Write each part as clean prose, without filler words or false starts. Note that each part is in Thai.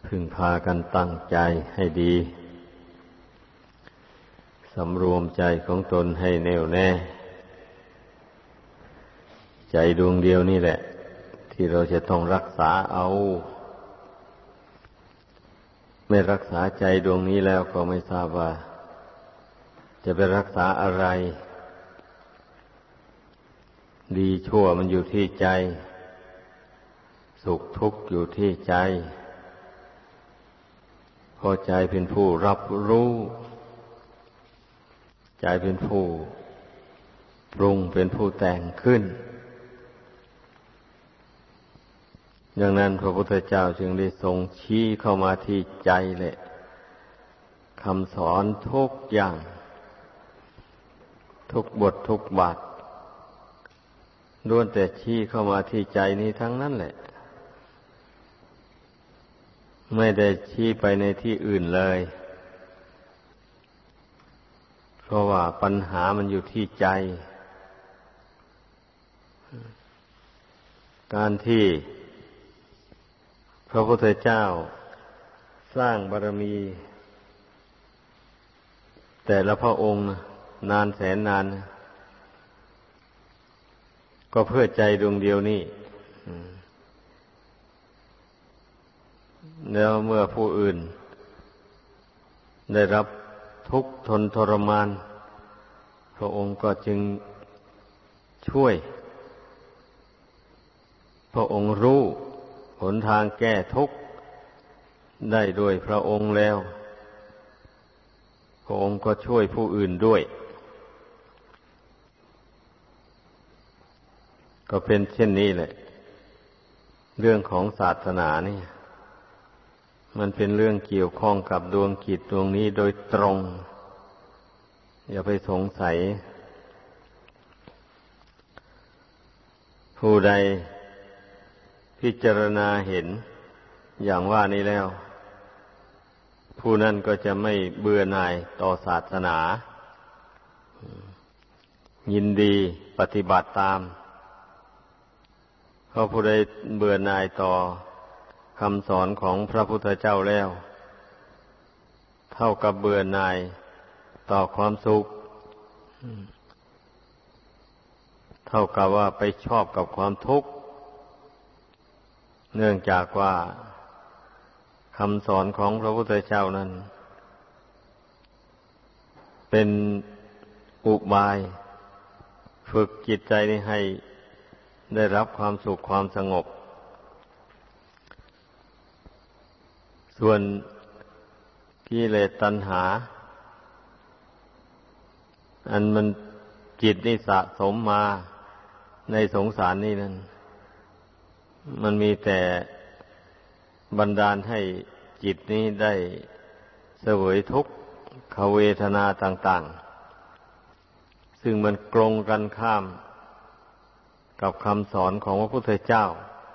พึงพากันตั้งใจให้ดีสำรวมใจของตนให้แน่วแน่ใจดวงเดียวนี่แหละที่เราจะต้องรักษาเอาไม่รักษาใจดวงนี้แล้วก็ไม่ทราบว่าจะไปรักษาอะไรดีชั่วมันอยู่ที่ใจสุขทุกข์อยู่ที่ใจพอใจเป็นผู้รับรู้ใจเป็นผู้ปรุงเป็นผู้แต่งขึ้นดังนั้นพระพุทธเจ้าจึงได้ทรงชี้เข้ามาที่ใจแหละคำสอนทุกอย่างทุกบททุกบาทล้วนแต่ชี้เข้ามาที่ใจนี้ทั้งนั้นแหละไม่ได้ชี้ไปในที่อื่นเลยเพราะว่าปัญหามันอยู่ที่ใจการที่พระพุทธเจ้าสร้างบารมีแต่ละพระองค์นานแสนนานก็เพื่อใจดวงเดียวนี่แล้วเมื่อผู้อื่นได้รับทุกข์ทนทรมานพระองค์ก็จึงช่วยพระองค์รู้หนทางแก้ทุกข์ได้โดยพระองค์แล้วพระองค์ก็ช่วยผู้อื่นด้วยก็เป็นเช่นนี้แหละเรื่องของศาสนานี่มันเป็นเรื่องเกี่ยวข้องกับดวงจิตดวงนี้โดยตรงอย่าไปสงสัยผู้ใดพิจารณาเห็นอย่างว่านี้แล้วผู้นั้นก็จะไม่เบื่อหน่ายต่อศาสนายินดีปฏิบัติตามเพราะผู้ใดเบื่อหน่ายต่อคำสอนของพระพุทธเจ้าแล้วเท่ากับเบื่อหน่ายต่อความสุขเท่ากับว่าไปชอบกับความทุกข์เนื่องจากว่าคำสอนของพระพุทธเจ้านั้นเป็นอุบายฝึกจิตใจนี้ให้ได้รับความสุขความสงบส่วนกิเลสตัณหาอันมันจิตนี่สะสมมาในสงสารนี่นั่นมันมีแต่บันดาลให้จิตนี้ได้เสวยทุกขเวทนาต่างๆซึ่งมันตรงกันข้ามกับคำสอนของพระพุทธเจ้า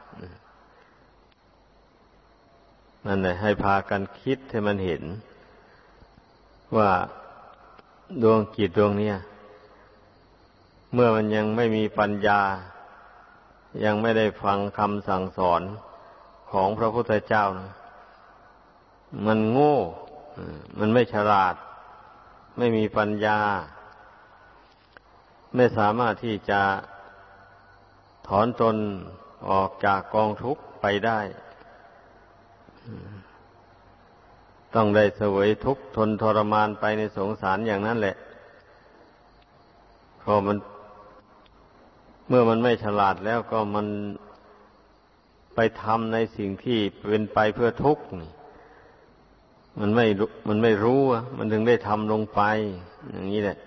นั่นแหละให้พากันคิดให้มันเห็นว่าดวงจิตดวงนี้เมื่อมันยังไม่มีปัญญายังไม่ได้ฟังคำสั่งสอนของพระพุทธเจ้านะมันโง่มันไม่ฉลาดไม่มีปัญญาไม่สามารถที่จะถอนตนออกจากกองทุกข์ไปได้ต้องได้เสวยทุกข์ทนทรมานไปในสงสารอย่างนั้นแหละเพราะมันเมื่อมันไม่ฉลาดแล้วก็มันไปทำในสิ่งที่เป็นไปเพื่อทุกข์มันไม่รู้มันถึงได้ทำลงไปอย่างนี้แหละ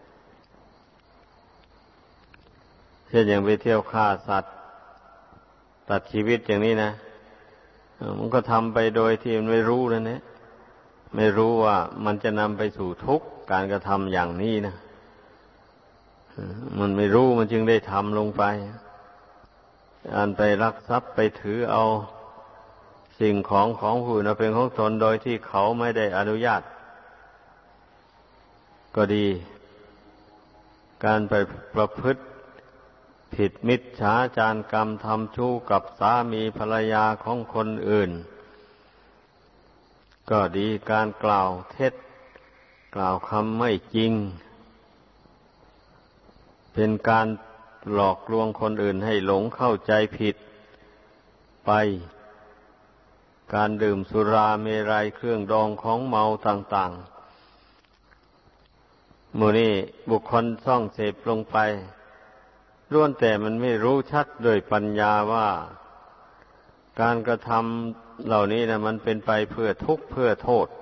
เช่นอย่างไปเที่ยวฆ่าสัตว์ตัดชีวิตอย่างนี้นะมันก็ทำไปโดยที่มันไม่รู้นั่นแหละไม่รู้ว่ามันจะนำไปสู่ทุกข์การกระทำอย่างนี้นะมันไม่รู้มันจึงได้ทำลงไปอันไปลักทรัพย์ไปถือเอาสิ่งของผู้อื่นเป็นของตนโดยที่เขาไม่ได้อนุญาตก็ดีการไปประพฤติผิดมิจฉาจารกรรมทำชู้กับสามีภรรยาของคนอื่นก็ดีการกล่าวเท็จกล่าวคำไม่จริงเป็นการหลอกลวงคนอื่นให้หลงเข้าใจผิดไปการดื่มสุราเมรัยเครื่องดองของเมาต่างๆหมู่นี้บุคคลท่องเสพลงไปล้วนแต่มันไม่รู้ชัดโดยปัญญาว่าการกระทำเหล่านี้นะมันเป็นไปเพื่อทุกข์เพื่อโทษ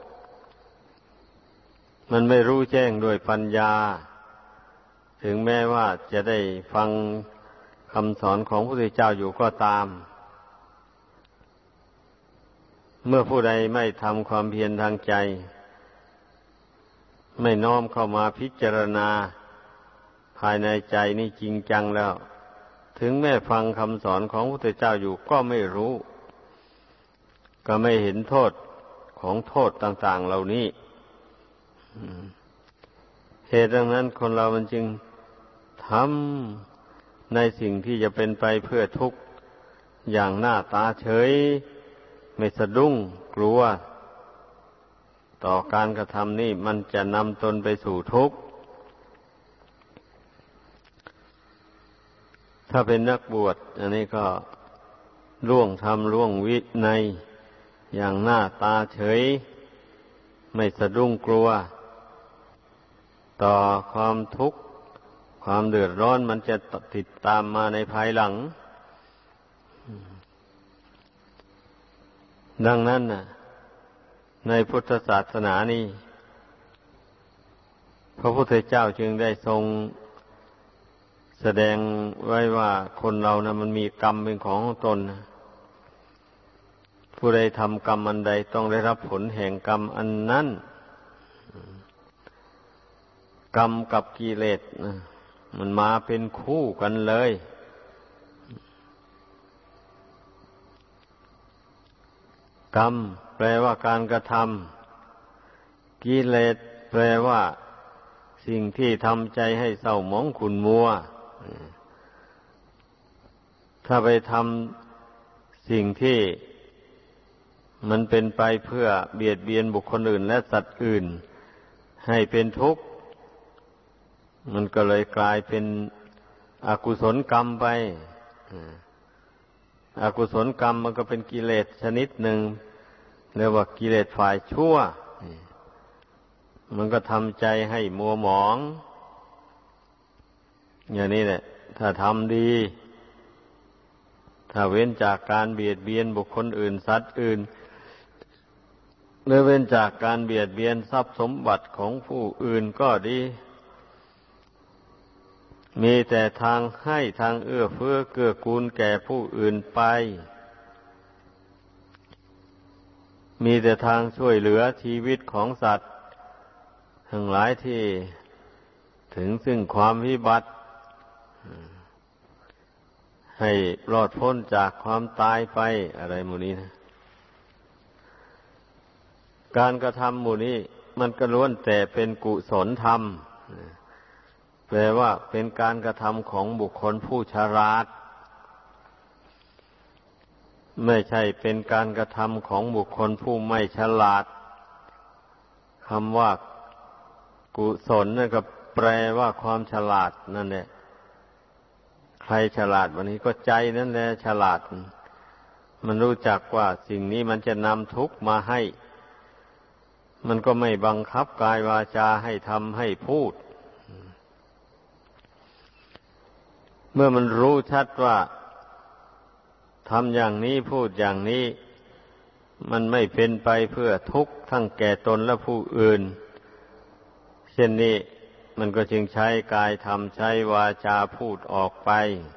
มันไม่รู้แจ้งโดยปัญญาถึงแม้ว่าจะได้ฟังคำสอนของพระพุทธเจ้าอยู่ก็ตามเมื่อผู้ใดไม่ทำความเพียรทางใจไม่น้อมเข้ามาพิจารณาภายในใจนี่จริงจังแล้วถึงแม้ฟังคำสอนของพระพุทธเจ้าอยู่ก็ไม่รู้ก็ไม่เห็นโทษของโทษต่างๆเหล่านี้เหตุดังนั้นคนเรามันจึงทำในสิ่งที่จะเป็นไปเพื่อทุกข์อย่างหน้าตาเฉยไม่สะดุ้งกลัวต่อการกระทำนี่มันจะนำตนไปสู่ทุกข์ถ้าเป็นนักบวชอันนี้ก็ล่วงธรรมล่วงวินัยอย่างหน้าตาเฉยไม่สะดุ้งกลัวต่อความทุกข์ความเดือดร้อนมันจะติดตามมาในภายหลังดังนั้นน่ะในพุทธศาสนานี้พระพุทธเจ้าจึงได้ทรงแสดงไว้ว่าคนเรานะมันมีกรรมเป็นของตนผู้ใดทำกรรมอันใดต้องได้รับผลแห่งกรรมอันนั้นกรรมกับกิเลสมันมาเป็นคู่กันเลยกรรมแปลว่าการกระทำกิเลสแปลว่าสิ่งที่ทำใจให้เศร้าหมองขุ่นมัวถ้าไปทำสิ่งที่มันเป็นไปเพื่อเบียดเบียนบุคคลอื่นและสัตว์อื่นให้เป็นทุกข์มันก็เลยกลายเป็นอกุศลกรรมไปอกุศลกรรมมันก็เป็นกิเลสชนิดหนึ่งเรียกว่ากิเลสฝ่ายชั่วมันก็ทำใจให้มัวหมองอย่างนี้แหละถ้าทำดีถ้าเว้นจากการเบียดเบียนบุคคลอื่นสัตว์อื่นหรือเว้นจากการเบียดเบียนทรัพย์สมบัติของผู้อื่นก็ดีมีแต่ทางให้ทางเอื้อเฟื้อเกื้อกูลแก่ผู้อื่นไปมีแต่ทางช่วยเหลือชีวิตของสัตว์ทั้งหลายที่ถึงซึ่งความวิบัติให้รอดพ้นจากความตายไปอะไรหมู่นี้นะการกระทำหมู่นี้มันก็ล้วนแต่เป็นกุศลธรรมแปลว่าเป็นการกระทำของบุคคลผู้ฉลาดไม่ใช่เป็นการกระทำของบุคคลผู้ไม่ฉลาดคำว่ากุศลนั่นก็แปลว่าความฉลาดนั่นแหละใครฉลาดวันนี้ก็ใจนั่นแหละฉลาดมันรู้จักว่าสิ่งนี้มันจะนำทุกข์มาให้มันก็ไม่บังคับกายวาจาให้ทำให้พูดเมื่อมันรู้ชัดว่าทำอย่างนี้พูดอย่างนี้มันไม่เป็นไปเพื่อทุกข์ทั้งแก่ตนและผู้อื่นเช่นนี้มันก็จึงใช้กายทำใช้วาจาพูดออกไป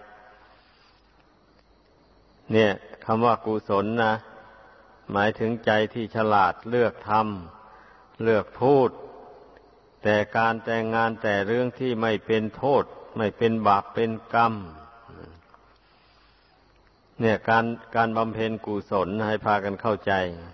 เนี่ยคำว่ากุศลนะหมายถึงใจที่ฉลาดเลือกทำเลือกพูดแต่การแต่งงานแต่เรื่องที่ไม่เป็นโทษไม่เป็นบาปเป็นกรรมเนี่ยการบำเพ็ญกุศลให้พากันเข้าใจ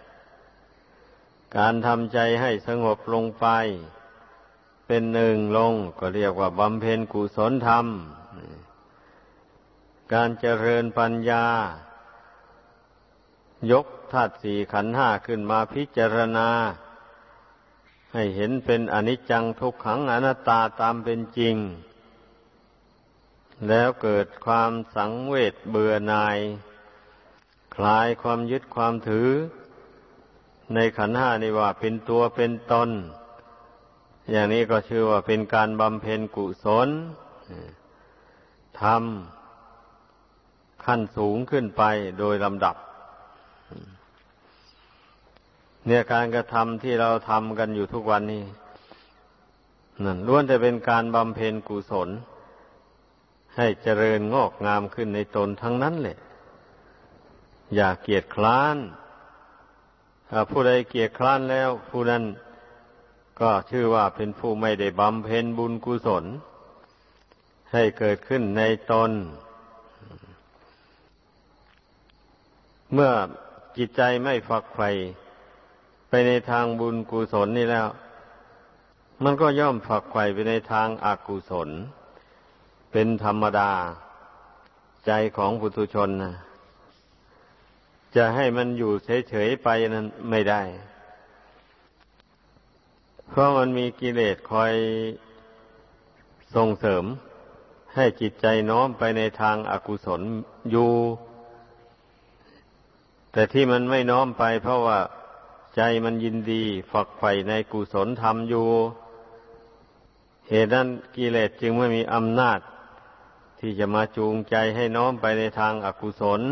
การทำใจให้สงบลงไปเป็นหนึ่งลงก็เรียกว่าบำเพ็ญกุศลธรรมการเจริญปัญญายกธาตุสี่ขันธ์ห้าขึ้นมาพิจารณาให้เห็นเป็นอนิจจังทุกขังอนัตตาตามเป็นจริงแล้วเกิดความสังเวชเบื่อหน่ายคลายความยึดความถือในขันธ์ห้านี่ว่าเป็นตัวเป็นตนอย่างนี้ก็ชื่อว่าเป็นการบำเพ็ญกุศลทำขั้นสูงขึ้นไปโดยลำดับเนี่ยการกระทำที่เราทำกันอยู่ทุกวันนี้นั่นล้วนแต่เป็นการบำเพ็ญกุศลให้เจริญงอกงามขึ้นในตนทั้งนั้นแหละอย่าเกียจคร้านถ้าผู้ใดเกียจคร้านแล้วผู้นั้นก็ชื่อว่าเป็นผู้ไม่ได้บำเพ็ญบุญกุศลให้เกิดขึ้นในตนเมื่อจิตใจไม่ฝักใฝ่ไปในทางบุญกุศลนี่แล้วมันก็ย่อมฝักใฝ่ไปในทางอกุศลเป็นธรรมดาใจของปุถุชนนะจะให้มันอยู่เฉยๆไปนั้นไม่ได้เพราะมันมีกิเลสคอยส่งเสริมให้จิตใจน้อมไปในทางอกุศลอยู่แต่ที่มันไม่น้อมไปเพราะว่าใจมันยินดีฝักใฝ่ในกุศลธรรมอยู่เหตุนั้นกิเลสจึงไม่มีอำนาจที่จะมาจูงใจให้น้อมไปในทางอกุศล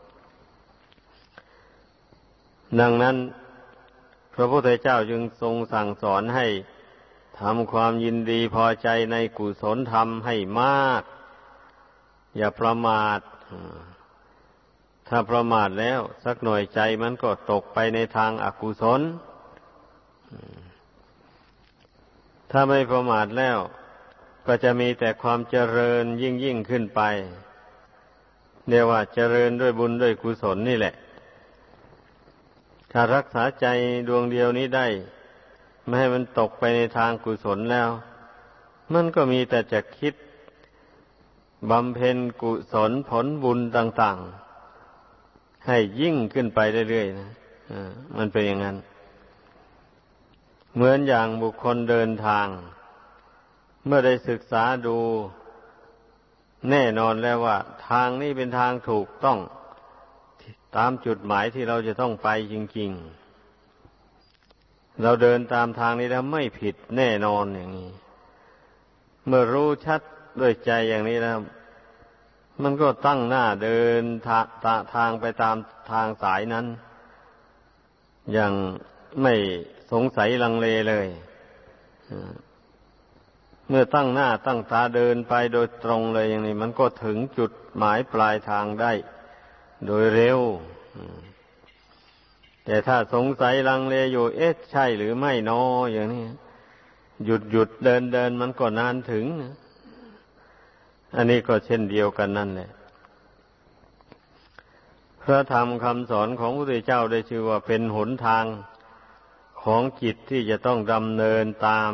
ดังนั้นพระพุทธเจ้าจึงทรงสั่งสอนให้ทำความยินดีพอใจในกุศลธรรมให้มากอย่าประมาทถ้าประมาทแล้วสักหน่อยใจมันก็ตกไปในทางอกุศลถ้าไม่ประมาทแล้วก็จะมีแต่ความเจริญยิ่งขึ้นไปเรียกว่าเจริญด้วยบุญด้วยกุศลนี่แหละถ้ารักษาใจดวงเดียวนี้ได้ไม่ให้มันตกไปในทางกุศลแล้วมันก็มีแต่จะคิดบำเพ็ญกุศลผลบุญต่างๆให้ยิ่งขึ้นไปเรื่อยๆนะมันเป็นอย่างนั้นเหมือนอย่างบุคคลเดินทางเมื่อได้ศึกษาดูแน่นอนแล้วว่าทางนี้เป็นทางถูกต้องตามจุดหมายที่เราจะต้องไปจริงๆเราเดินตามทางนี้แล้วไม่ผิดแน่นอนอย่างนี้เมื่อรู้ชัดด้วยใจอย่างนี้แล้วมันก็ตั้งหน้าเดินทางไปตามทางสายนั้นอย่างไม่สงสัยลังเลเลยเมื่อตั้งหน้าตั้งตาเดินไปโดยตรงเลยอย่างนี้มันก็ถึงจุดหมายปลายทางได้โดยเร็วแต่ถ้าสงสัยลังเลอยู่ใช่หรือไม่นออย่างนี้หยุดเดินมันก็นานถึงอันนี้ก็เช่นเดียวกันนั่นแหละพระธรรมคำสอนของพระพุทธเจ้าได้ชื่อว่าเป็นหนทางของจิตที่จะต้องดำเนินตาม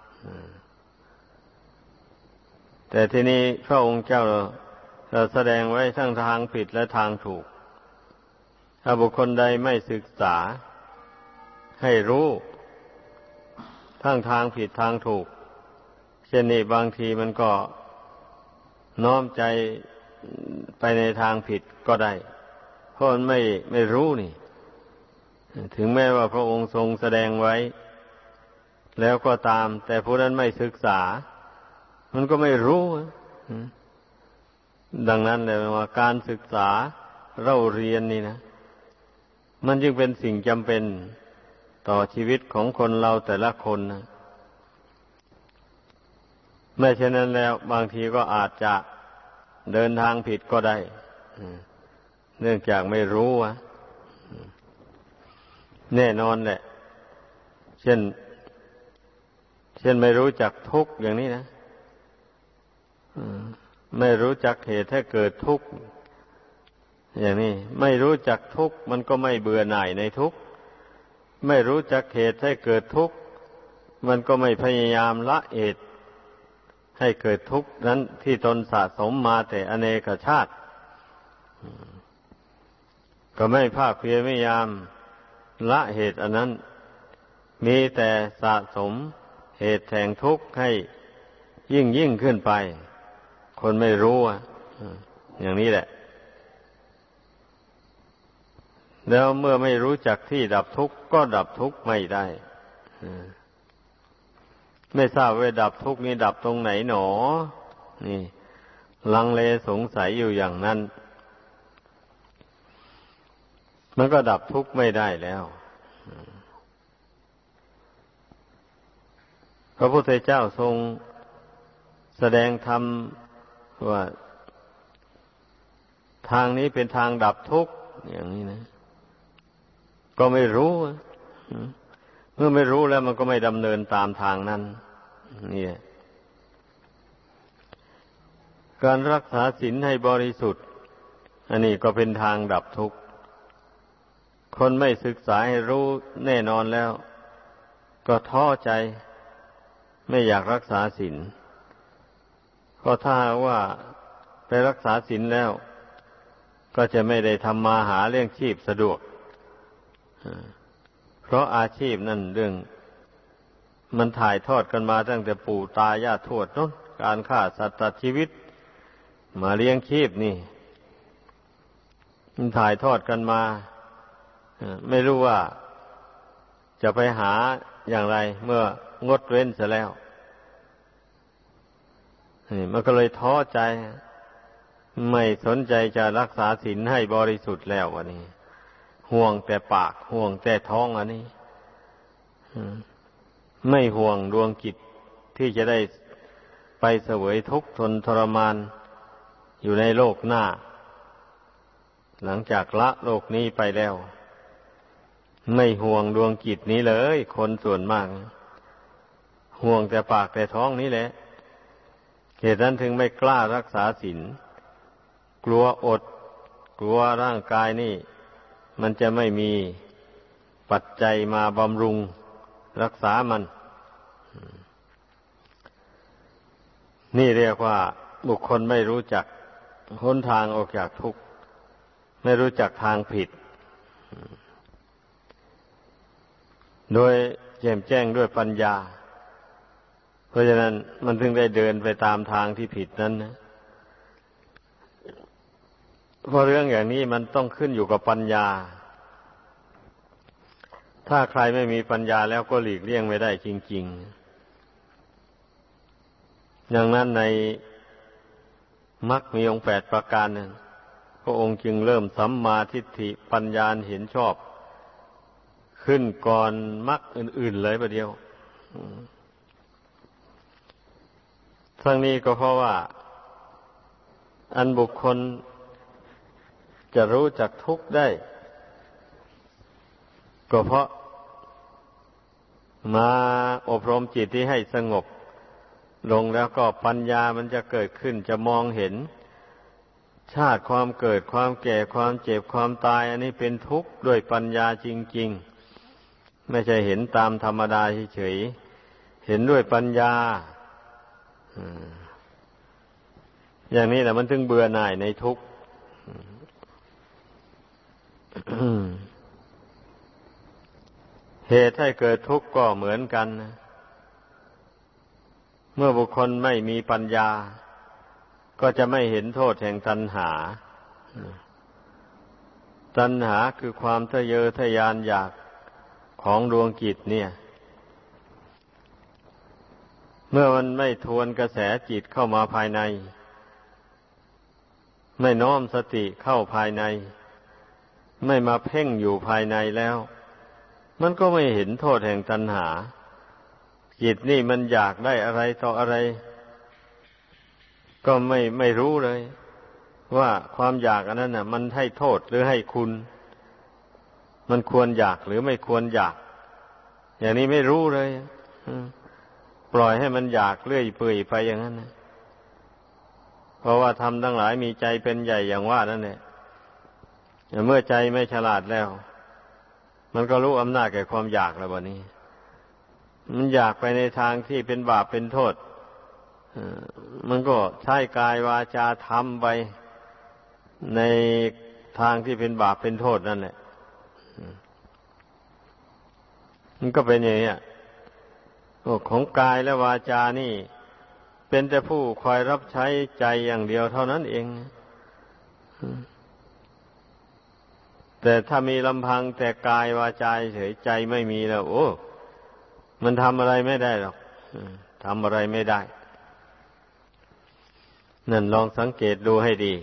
แต่ที่นี้พระองค์เจ้าเราแสดงไว้ทั้งทางผิดและทางถูกถ้าบุคคลใดไม่ศึกษาให้รู้ทั้งทางผิดทางถูกเช่นนี้บางทีมันก็น้อมใจไปในทางผิดก็ได้เพราะมันไม่รู้นี่ถึงแม้ว่าพระองค์ทรงแสดงไว้แล้วก็ตามแต่ผู้นั้นไม่ศึกษามันก็ไม่รู้ดังนั้นเลยว่าการศึกษาเราเรียนนี่นะมันจึงเป็นสิ่งจำเป็นต่อชีวิตของคนเราแต่ละคนนะไม่เช่นนั้นแล้วบางทีก็อาจจะเดินทางผิดก็ได้เนื่องจากไม่รู้แน่นอนแหละเช่นไม่รู้จักทุกข์อย่างนี้นะไม่รู้จักเหตุให้เกิดทุกข์อย่างนี้ไม่รู้จักทุกข์มันก็ไม่เบื่อหน่ายในทุกข์ไม่รู้จักเหตุให้เกิดทุกข์มันก็ไม่พยายามละเหตุให้เกิดทุกข์นั้นที่ตนสะสมมาแต่อเนกชาติก็ไม่ภาคเพียรพยายามละเหตุอันนั้นมีแต่สะสมเหตุแห่งทุกข์ให้ยิ่งขึ้นไปคนไม่รู้อย่างนี้แหละแล้วเมื่อไม่รู้จักที่ดับทุกข์ก็ดับทุกข์ไม่ได้ไม่ทราบว่าดับทุกข์นี้ดับตรงไหนหนอนี่ลังเลสงสัยอยู่อย่างนั้นมันก็ดับทุกข์ไม่ได้แล้วพระพุทธเจ้าทรงแสดงธรรมว่าทางนี้เป็นทางดับทุกข์อย่างนี้นะก็ไม่รู้เมื่อไม่รู้แล้วมันก็ไม่ดำเนินตามทางนั้นนี่การรักษาศีลให้บริสุทธิ์อันนี้ก็เป็นทางดับทุกข์คนไม่ศึกษาให้รู้แน่นอนแล้วก็ท้อใจไม่อยากรักษาศีลก็ถ้าว่าไปรักษาศีลแล้วก็จะไม่ได้ทำมาหาเลี้ยงชีพสะดวกเพราะอาชีพนั่นเรื่องมันถ่ายทอดกันมาตั้งแต่ปู่ตายายทวดโน้นการฆ่าสัตว์ตัดชีวิตมาเลี้ยงชีพนี่มันถ่ายทอดกันมาไม่รู้ว่าจะไปหาอย่างไรเมื่องดเว้นเสียแล้วมันก็เลยท้อใจไม่สนใจจะรักษาศีลให้บริสุทธิ์แล้ววันนี้ห่วงแต่ปากห่วงแต่ท้องอันนี้ไม่ห่วงดวงจิตที่จะได้ไปเสวยทุกข์ทนทรมานอยู่ในโลกหน้าหลังจากละโลกนี้ไปแล้วไม่ห่วงดวงจิตนี้เลยคนส่วนมากห่วงแต่ปากแต่ท้องนี้แหละเหตุนั้นถึงไม่กล้ารักษาศีลกลัวอดกลัวร่างกายนี่มันจะไม่มีปัจจัยมาบำรุงรักษามันนี่เรียกว่าบุคคลไม่รู้จักหนทางออกจากทุกข์ไม่รู้จักทางผิดโดยแจ่มแจ้งด้วยปัญญาเพราะฉะนั้นมันถึงได้เดินไปตามทางที่ผิดนั้นนะเพราะเรื่องอย่างนี้มันต้องขึ้นอยู่กับปัญญาถ้าใครไม่มีปัญญาแล้วก็หลีกเลี่ยงไม่ได้จริงๆอย่างนั้นในมรรคมีองค์8ประการนั้นพระองค์จึงเริ่มสัมมาทิฏฐิปัญญาเห็นชอบขึ้นก่อนมรรคอื่นๆเลยประเดียวทั้งนี้ก็เพราะว่าอันบุคคลจะรู้จักทุกข์ได้ก็เพราะมาอบรมจิตที่ให้สงบลงแล้วก็ปัญญามันจะเกิดขึ้นจะมองเห็นชาติความเกิดความแก่ความเจ็บความตายอันนี้เป็นทุกข์ด้วยปัญญาจริงๆไม่ใช่เห็นตามธรรมดาเฉยๆเห็นด้วยปัญญาอย่างนี้แหละมันถึงเบื่อหน่ายในทุกข์เหตุให้เกิดทุกข์ก็เหมือนกันนะเมื่อบุคคลไม่มีปัญญาก็จะไม่เห็นโทษแห่งตัณหาตัณหาคือความทะเยอทะยานอยากของดวงจิตเนี่ยเมื่อมันไม่ทวนกระแสจิตเข้ามาภายในไม่น้อมสติเข้าภายในไม่มาเพ่งอยู่ภายในแล้วมันก็ไม่เห็นโทษแห่งตัณหาจิตนี่มันอยากได้อะไรต่ออะไรก็ไม่รู้เลยว่าความอยากอันนั้นน่ะมันให้โทษหรือให้คุณมันควรอยากหรือไม่ควรอยากอย่างนี้ไม่รู้เลยปล่อยให้มันอยากเรื่อยเปื่อยไปอย่างนั้นนะเพราะว่าธรรมทั้งหลายมีใจเป็นใหญ่อย่างว่านั่นแหละเมื่อใจไม่ฉลาดแล้วมันก็รู้อำนาจแก่ความอยากแล้ววันนี้มันอยากไปในทางที่เป็นบาปเป็นโทษมันก็ใช้กายวาจาทำไปในทางที่เป็นบาปเป็นโทษนั่นแหละมันก็เป็นอย่างนี้ของกายและวาจานี่เป็นแต่ผู้คอยรับใช้ใจอย่างเดียวเท่านั้นเองแต่ถ้ามีลำพังแต่กายวาจาเฉยใจไม่มีแล้วโอ้มันทำอะไรไม่ได้หรอกทำอะไรไม่ได้นั่นลองสังเกตดูให้ดี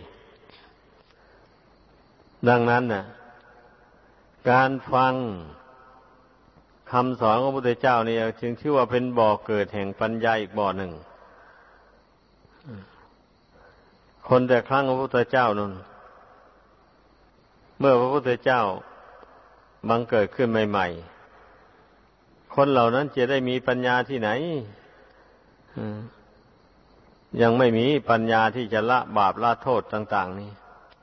ดังนั้นน่ะการฟังคำสอนของพระพุทธเจ้านี่จึงชื่อว่าเป็นบ่อเกิดแห่งปัญญาอีกบ่อหนึ่งคนแต่ครั้งของพระพุทธเจ้านั้นเมื่อพระพุทธเจ้าบังเกิดขึ้นใหม่ๆคนเหล่านั้นจะได้มีปัญญาที่ไหนยังไม่มีปัญญาที่จะละบาปละโทษต่างๆนี่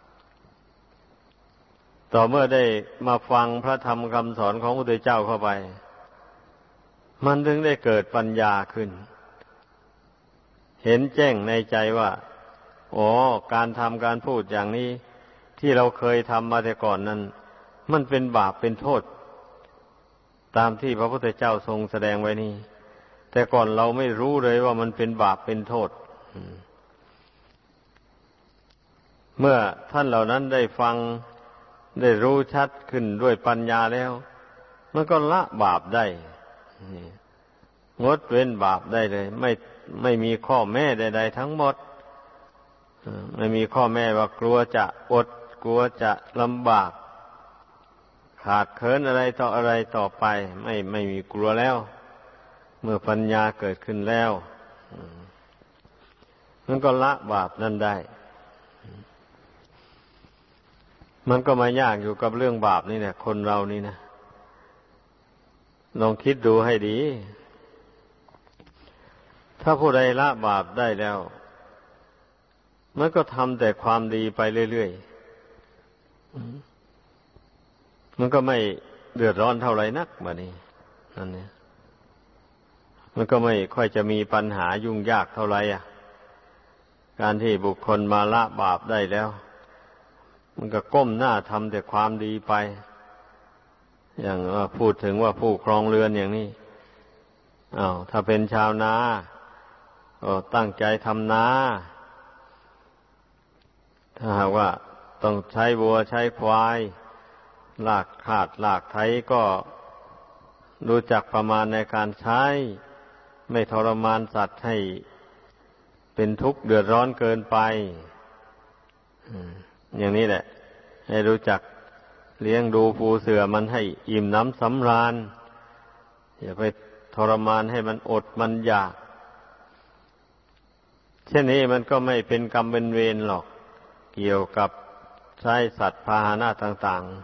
ต่อเมื่อได้มาฟังพระธรรมคำสอนของพระพุทธเจ้าเข้าไปมันถึงได้เกิดปัญญาขึ้นเห็นแจ้งในใจว่าอ๋อการทำการพูดอย่างนี้ที่เราเคยทำมาแต่ก่อนนั้นมันเป็นบาปเป็นโทษตามที่พระพุทธเจ้าทรงแสดงไว้นี่แต่ก่อนเราไม่รู้เลยว่ามันเป็นบาปเป็นโทษเมื่อท่านเหล่านั้นได้ฟังได้รู้ชัดขึ้นด้วยปัญญาแล้วมันก็ละบาปได้งดเว้นบาปได้เลยไม่มีข้อแม้ใดๆทั้งหมดไม่มีข้อแม้ว่ากลัวจะอดกลัวจะลำบากขาดเขินอะไรต่ออะไรต่อไปไม่มีกลัวแล้วเมื่อปัญญาเกิดขึ้นแล้วมันก็ละบาปนั้นได้มันก็มายากอยู่กับเรื่องบาปนี่แหละคนเรานี่นะลองคิดดูให้ดีถ้าผู้ใดละบาปได้แล้วมันก็ทำแต่ความดีไปเรื่อยๆมันก็ไม่เดือดร้อนเท่าไรนักบัดนี้นั่นเนี่ยมันก็ไม่ค่อยจะมีปัญหายุ่งยากเท่าไรการที่บุคคลมาละบาปได้แล้วมันก็ก้มหน้าทำแต่ความดีไปอย่างว่าพูดถึงว่าผู้ครองเรือนอย่างนี้ถ้าเป็นชาวนาก็ตั้งใจทำนาถ้าหากว่าต้องใช้วัวใช้ควายลากขาดลากไถก็รู้จักประมาณในการใช้ไม่ทรมานสัตว์ให้เป็นทุกข์เดือดร้อนเกินไปอย่างนี้แหละให้รู้จักเลี้ยงดูปูเสือมันให้อิ่มน้ำสำราญอย่าไปทรมานให้มันอดมันอยากเช่นนี้มันก็ไม่เป็นกรรมเป็นเวรหรอกเกี่ยวกับใช้สัตว์พาหนะต่าง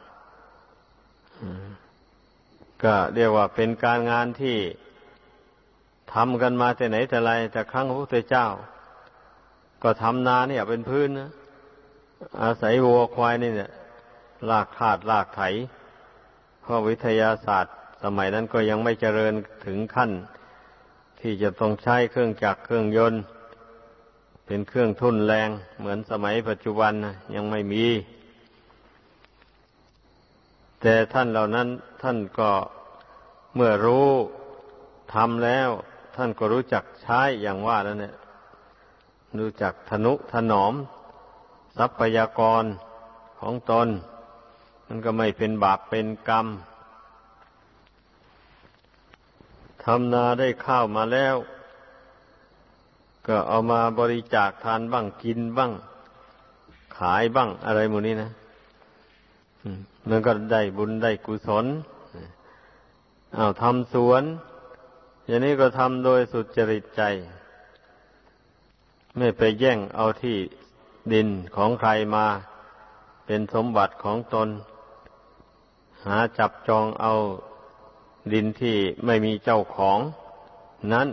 ๆก็เรียกว่าเป็นการงานที่ทำกันมาแต่ไหนแต่ไรแต่ครั้งพระพุทธเจ้าก็ทำนาเนี่ยเป็นพื้นนะอาศัยวัวควายนี่เนี่ยลากขาดลากไถเพราะวิทยาศาสตร์สมัยนั้นก็ยังไม่เจริญถึงขั้นที่จะต้องใช้เครื่องจักรเครื่องยนต์เป็นเครื่องทุ่นแรงเหมือนสมัยปัจจุบันนะยังไม่มีแต่ท่านเหล่านั้นท่านก็เมื่อรู้ทำแล้วท่านก็รู้จักใช้อย่างว่าแล้วเนี่ยรู้จักทนุถนอมทรัพยากรของตนมันก็ไม่เป็นบาปเป็นกรรมทำนาได้ข้าวมาแล้วก็เอามาบริจาคทานบ้างกินบ้างขายบ้างอะไรหมดนี้นะมันก็ได้บุญได้กุศลทำสวนอย่างนี้ก็ทำโดยสุจริตใจไม่ไปแย่งเอาที่ดินของใครมาเป็นสมบัติของตนหาจับจองเอาดินที่ไม่มีเจ้าของนั้น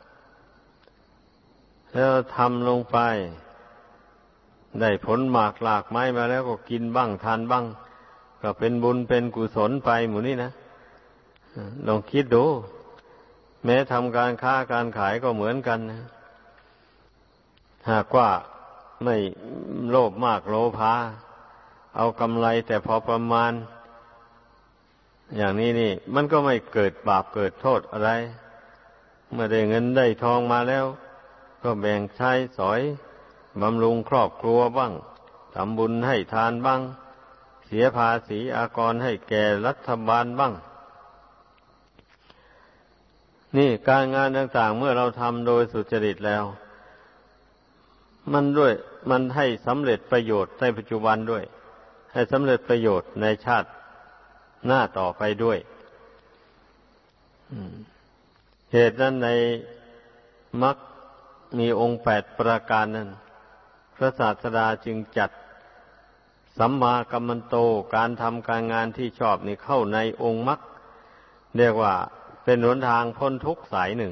แล้วทำลงไปได้ผลหมากหลากไม้มาแล้วก็กินบ้างทานบ้างก็เป็นบุญเป็นกุศลไปหมู่นี้นะลองคิดดูแม้ทำการค้าการขายก็เหมือนกันนะหากว่าไม่โลภมากโลภาเอากำไรแต่พอประมาณอย่างนี้นี่มันก็ไม่เกิดบาปเกิดโทษอะไรเมื่อได้เงินได้ทองมาแล้วก็แบ่งใช้สอยบำรุงครอบครัวบ้างทำบุญให้ทานบ้างเสียภาษีอากรให้แก่รัฐบาลบ้างนี่การงานต่างๆเมื่อเราทำโดยสุจริตแล้วมันให้สำเร็จประโยชน์ในปัจจุบันด้วยให้สำเร็จประโยชน์ในชาติหน้าต่อไปด้วยเหตุนั้นในมรรคมีองค์8ประการนั้นพระศาสดาจึงจัดสัมมากัมมันโตการทำการงานที่ชอบนี่เข้าในองค์มรรคเรียกว่าเป็นหนทางพ้นทุกข์สายหนึ่ง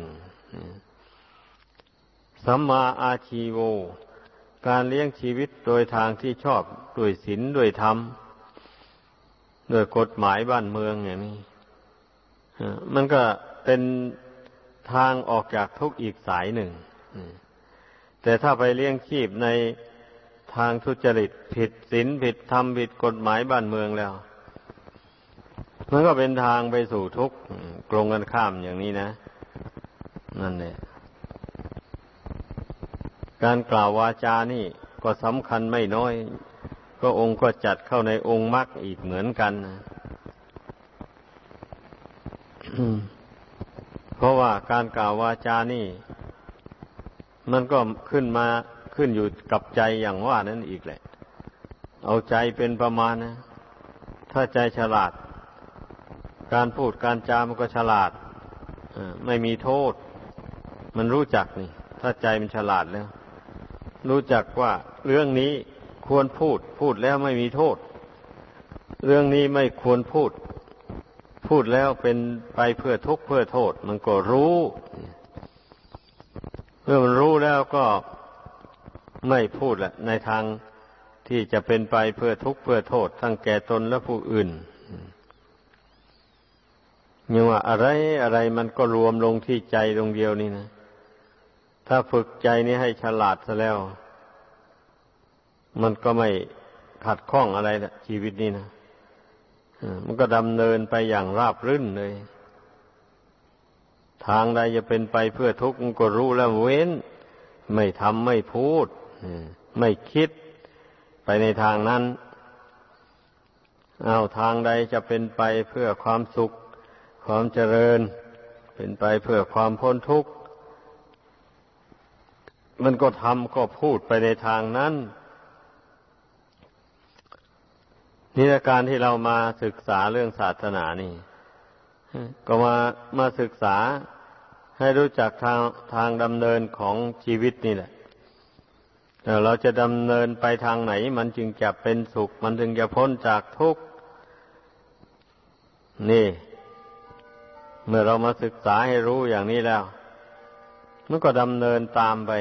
สัมมาอาชีโวการเลี้ยงชีวิตโดยทางที่ชอบด้วยศีลด้วยธรรมด้วยกฎหมายบ้านเมืองอย่างนี้มันก็เป็นทางออกจากทุกข์อีกสายหนึ่งแต่ถ้าไปเลี้ยงชีพในทางทุจริตผิดศีลผิดธรรมผิดกฎหมายบ้านเมืองแล้วมันก็เป็นทางไปสู่ทุกข์ตรงกันข้ามอย่างนี้นะนั่นแหละการกล่าววาจานี่ก็สำคัญไม่น้อยก็องค์ก็จัดเข้าในองค์มรรคอีกเหมือนกันนะเพราะว่าการกล่าววาจานี่มันก็ขึ้นอยู่กับใจอย่างว่านั้นอีกแหละเอาใจเป็นประมาณนะถ้าใจฉลาดการพูดการจามันก็ฉลาดไม่มีโทษมันรู้จักนี่ถ้าใจมันฉลาดแล้วรู้จักว่าเรื่องนี้ควรพูดแล้วไม่มีโทษเรื่องนี้ไม่ควรพูดแล้วเป็นไปเพื่อทุกข์เพื่อโทษมันก็รู้เมื่อมันรู้แล้วก็ไม่พูดละในทางที่จะเป็นไปเพื่อทุกข์เพื่อโทษทั้งแก่ตนและผู้อื่นอย่างว่าอะไรมันก็รวมลงที่ใจดวงเดียวนี่นะถ้าฝึกใจนี้ให้ฉลาดซะแล้วมันก็ไม่ขัดข้องอะไรละชีวิตนี้นะมันก็ดำเนินไปอย่างราบรื่นเลยทางใดจะเป็นไปเพื่อทุกข์มันก็รู้แล้วเว้นไม่ทำไม่พูดไม่คิดไปในทางนั้นทางใดจะเป็นไปเพื่อความสุขความเจริญเป็นไปเพื่อความพ้นทุกข์มันก็ทำก็พูดไปในทางนั้นนี่การที่เรามาศึกษาเรื่องศาสนานี่ก็มาศึกษาให้รู้จักทางดำเนินของชีวิตนี่แหละเราจะดำเนินไปทางไหนมันจึงจะเป็นสุขมันจึงจะพ้นจากทุกข์นี่เมื่อเรามาศึกษาให้รู้อย่างนี้แล้วมันก็ดำเนินตามไป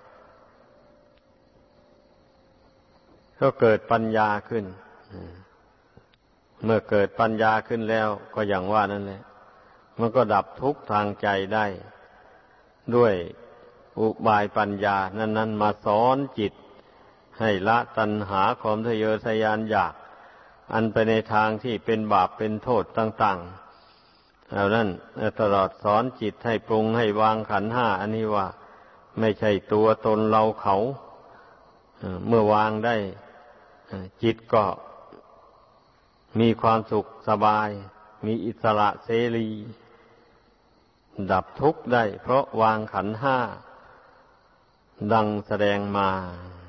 ก็เกิดปัญญาขึ้นเมื่อเกิดปัญญาขึ้นแล้วก็อย่างว่านั่นแหละมันก็ดับทุกข์ทางใจได้ด้วยอุบายปัญญานั้นมาสอนจิตให้ละตัณหาความทะเยอทะยานอยากอันไปในทางที่เป็นบาปเป็นโทษต่างๆแล้วนั้นตลอดสอนจิตให้ปรุงให้วางขันธ์ห้าอันนี้ว่าไม่ใช่ตัวตนเราเขาเมื่อวางได้จิตก็มีความสุขสบายมีอิสระเสรีดับทุกข์ได้เพราะวางขันธ์ห้าดังแสดงมา